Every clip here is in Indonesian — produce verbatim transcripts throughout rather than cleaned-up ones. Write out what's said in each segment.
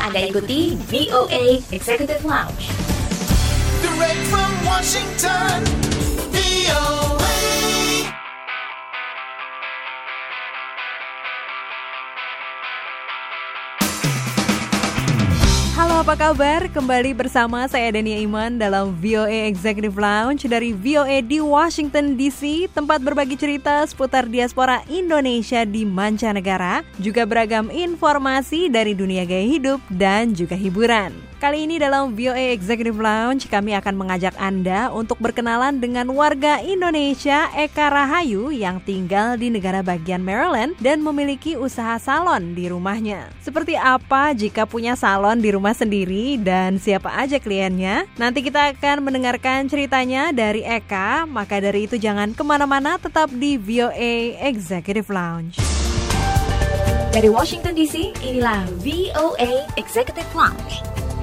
Anda ikuti V O A Executive Lounge. Direct from Washington, V O A. Halo, apa kabar? Kembali bersama saya Dania Iman dalam V O A Executive Lounge dari V O A di Washington D C, tempat berbagi cerita seputar diaspora Indonesia di mancanegara, juga beragam informasi dari dunia gaya hidup dan juga hiburan. Kali ini dalam V O A Executive Lounge kami akan mengajak Anda untuk berkenalan dengan warga Indonesia Eka Rahayu yang tinggal di negara bagian Maryland dan memiliki usaha salon di rumahnya. Seperti apa jika punya salon di rumah sendiri dan siapa aja kliennya? Nanti kita akan mendengarkan ceritanya dari Eka, maka dari itu jangan kemana-mana, tetap di V O A Executive Lounge. Dari Washington D C, inilah V O A Executive Lounge.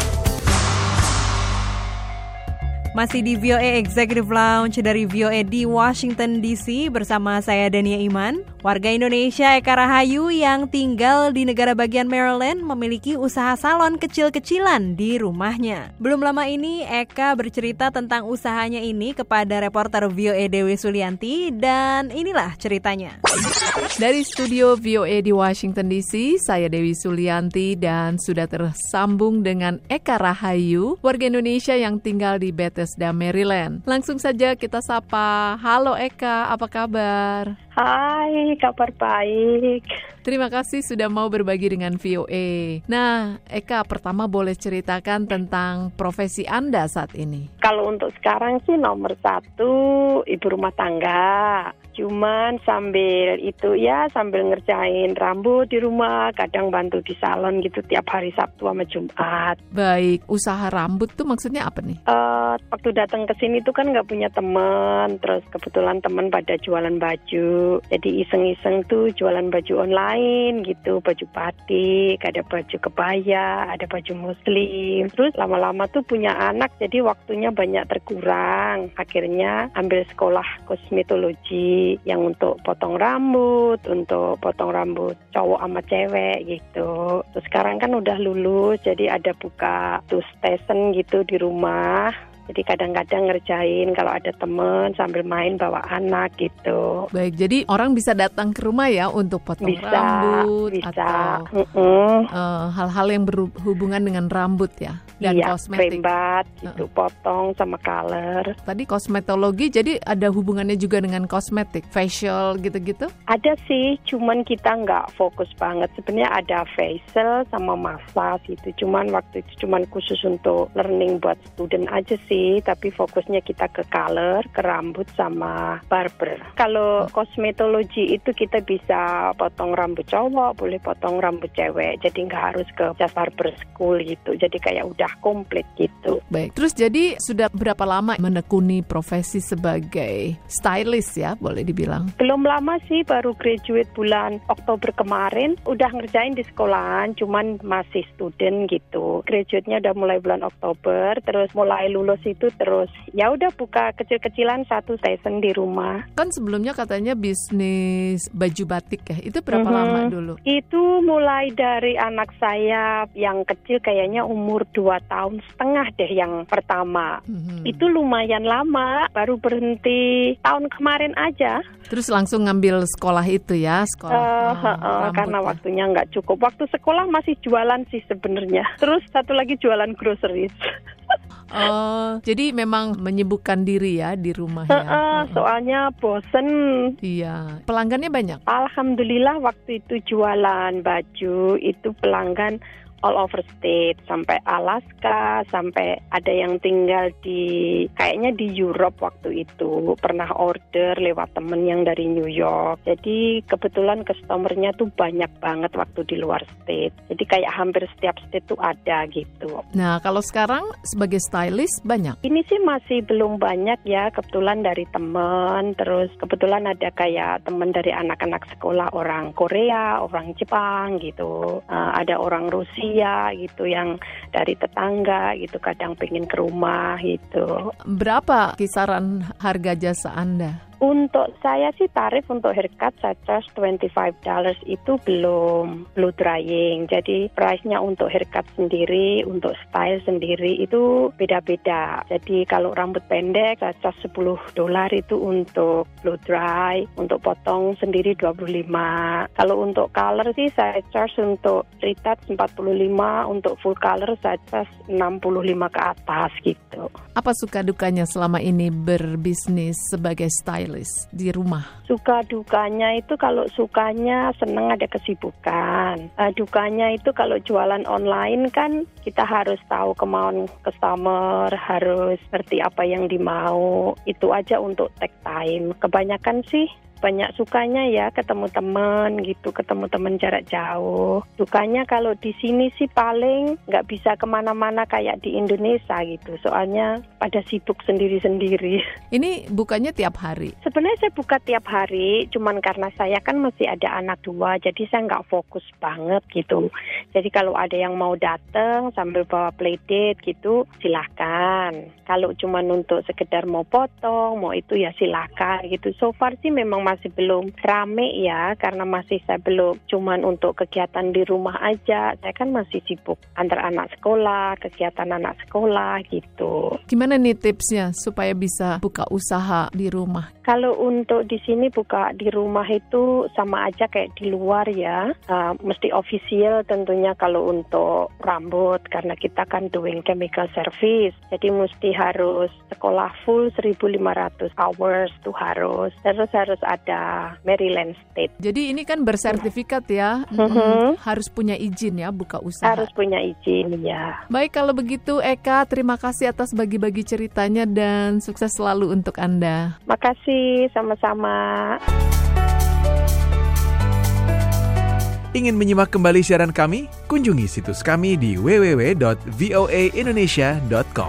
Masih di V O A Executive Lounge dari V O A di Washington D C bersama saya Dania Iman. Warga Indonesia Eka Rahayu yang tinggal di negara bagian Maryland memiliki usaha salon kecil-kecilan di rumahnya. Belum lama ini Eka bercerita tentang usahanya ini kepada reporter V O A Dewi Sulianti dan inilah ceritanya. Dari studio V O A di Washington D C, saya Dewi Sulianti dan sudah tersambung dengan Eka Rahayu, warga Indonesia yang tinggal di Bethesda, Maryland. Langsung saja kita sapa. Halo Eka, apa kabar? Hai, kabar baik. Terima kasih sudah mau berbagi dengan V O A. Nah, Eka, pertama boleh ceritakan tentang profesi Anda saat ini. Kalau untuk sekarang sih nomor satu ibu rumah tangga. Cuman sambil itu ya sambil ngerjain rambut di rumah, kadang bantu di salon gitu tiap hari Sabtu sama Jumat. Baik, usaha rambut tuh maksudnya apa nih? Uh, waktu datang ke sini tuh kan nggak punya teman, terus kebetulan teman pada jualan baju, jadi iseng-iseng tuh jualan baju online gitu, baju batik, ada baju kebaya, ada baju muslim. Terus lama-lama tuh punya anak, jadi waktunya banyak terkurang. Akhirnya ambil sekolah kosmetologi yang untuk potong rambut, untuk potong rambut cowok sama cewek gitu. Terus sekarang kan udah lulus, jadi ada buka tuh station gitu di rumah. Jadi kadang-kadang ngerjain kalau ada temen sambil main bawa anak gitu. Baik, jadi orang bisa datang ke rumah ya untuk potong bisa, rambut bisa. atau uh, hal-hal yang berhubungan dengan rambut ya dan iya, kosmetik. Krembat gitu, uh. potong sama color. Tadi kosmetologi, jadi ada hubungannya juga dengan kosmetik, facial gitu-gitu? Ada sih, cuman kita nggak fokus banget. Sebenarnya ada facial sama massage gitu. Cuman waktu itu cuman khusus untuk learning buat student aja sih. Tapi fokusnya kita ke color, ke rambut sama barber. Kalau kosmetologi itu kita bisa potong rambut cowok, boleh potong rambut cewek. Jadi nggak harus ke barber school gitu. Jadi kayak udah komplit gitu. Baik, terus jadi sudah berapa lama menekuni profesi sebagai stylist ya, boleh dibilang? Belum lama sih, baru graduate bulan Oktober kemarin. Udah ngerjain di sekolahan, cuman masih student gitu. Graduate-nya udah mulai bulan Oktober, terus mulai lulus itu terus ya udah buka kecil-kecilan satu station di rumah. Kan sebelumnya katanya bisnis baju batik ya, itu berapa mm-hmm. lama dulu? Itu mulai dari anak saya yang kecil, kayaknya umur dua tahun setengah deh yang pertama. Mm-hmm. Itu lumayan lama, baru berhenti tahun kemarin aja. Terus langsung ngambil sekolah itu ya, sekolah uh, uh, uh, karena ya. Waktunya nggak cukup. Waktu sekolah masih jualan sih sebenarnya. Terus satu lagi jualan groceries. Oh, jadi memang menyibukkan diri ya di rumah ya. Uh, soalnya bosen. Iya. Pelanggannya banyak? Alhamdulillah waktu itu jualan baju itu pelanggan all over state, sampai Alaska, sampai ada yang tinggal di kayaknya di Europe waktu itu, pernah order lewat temen yang dari New York. Jadi kebetulan customernya tuh banyak banget waktu di luar state. Jadi kayak hampir setiap state tuh ada gitu. Nah, kalau sekarang sebagai stylist banyak? Ini sih masih belum banyak ya, kebetulan dari temen, terus kebetulan ada kayak temen dari anak-anak sekolah orang Korea, orang Jepang gitu, uh, ada orang Rusia gitu yang dari tetangga gitu, kadang pengen ke rumah gitu. Berapa kisaran harga jasa Anda? Untuk saya sih tarif untuk haircut saya charge twenty-five dollars itu belum blow drying. Jadi price-nya untuk haircut sendiri, untuk style sendiri itu beda-beda. Jadi kalau rambut pendek saya charge sepuluh dolar itu untuk blow dry, untuk potong sendiri dua puluh lima. Kalau untuk color sih saya charge untuk retouch empat puluh lima, untuk full color saya charge enam puluh lima ke atas gitu. Apa suka dukanya selama ini berbisnis sebagai stylist di rumah? Suka dukanya itu kalau sukanya senang ada kesibukan. Uh, dukanya itu kalau jualan online kan kita harus tahu kemauan customer, harus ngerti apa yang dimau. Itu aja untuk take time. Kebanyakan sih banyak sukanya ya ketemu teman gitu, ketemu teman jarak jauh. Dukanya kalau di sini sih paling nggak bisa kemana-mana kayak di Indonesia gitu, soalnya pada sibuk sendiri-sendiri. Ini bukanya tiap hari? Sebenarnya saya buka tiap hari, cuman karena saya kan masih ada anak dua, jadi saya nggak fokus banget gitu. Jadi kalau ada yang mau datang sambil bawa playdate gitu, silahkan. Kalau cuman untuk sekedar mau potong, mau itu ya silahkan gitu. So far sih memang masih belum rame ya, karena masih saya belum cuman untuk kegiatan di rumah aja. Saya kan masih sibuk antar anak sekolah, kegiatan anak sekolah gitu. Gimana nih tipsnya supaya bisa buka usaha di rumah? Kalau untuk di sini buka di rumah itu sama aja kayak di luar ya. Uh, mesti official tentunya kalau untuk rambut, karena kita kan doing chemical service. Jadi mesti harus sekolah full seribu lima ratus hours tuh harus. Terus harus ada Maryland State. Jadi ini kan bersertifikat ya, mm-hmm. harus punya izin ya buka usaha. Harus punya izin ya. Baik, kalau begitu Eka, terima kasih atas bagi-bagi ceritanya dan sukses selalu untuk Anda. Makasih, sama-sama. Ingin menyimak kembali siaran kami? Kunjungi situs kami di w w w dot v o a indonesia dot com.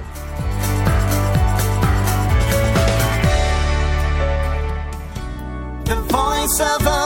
The Voice of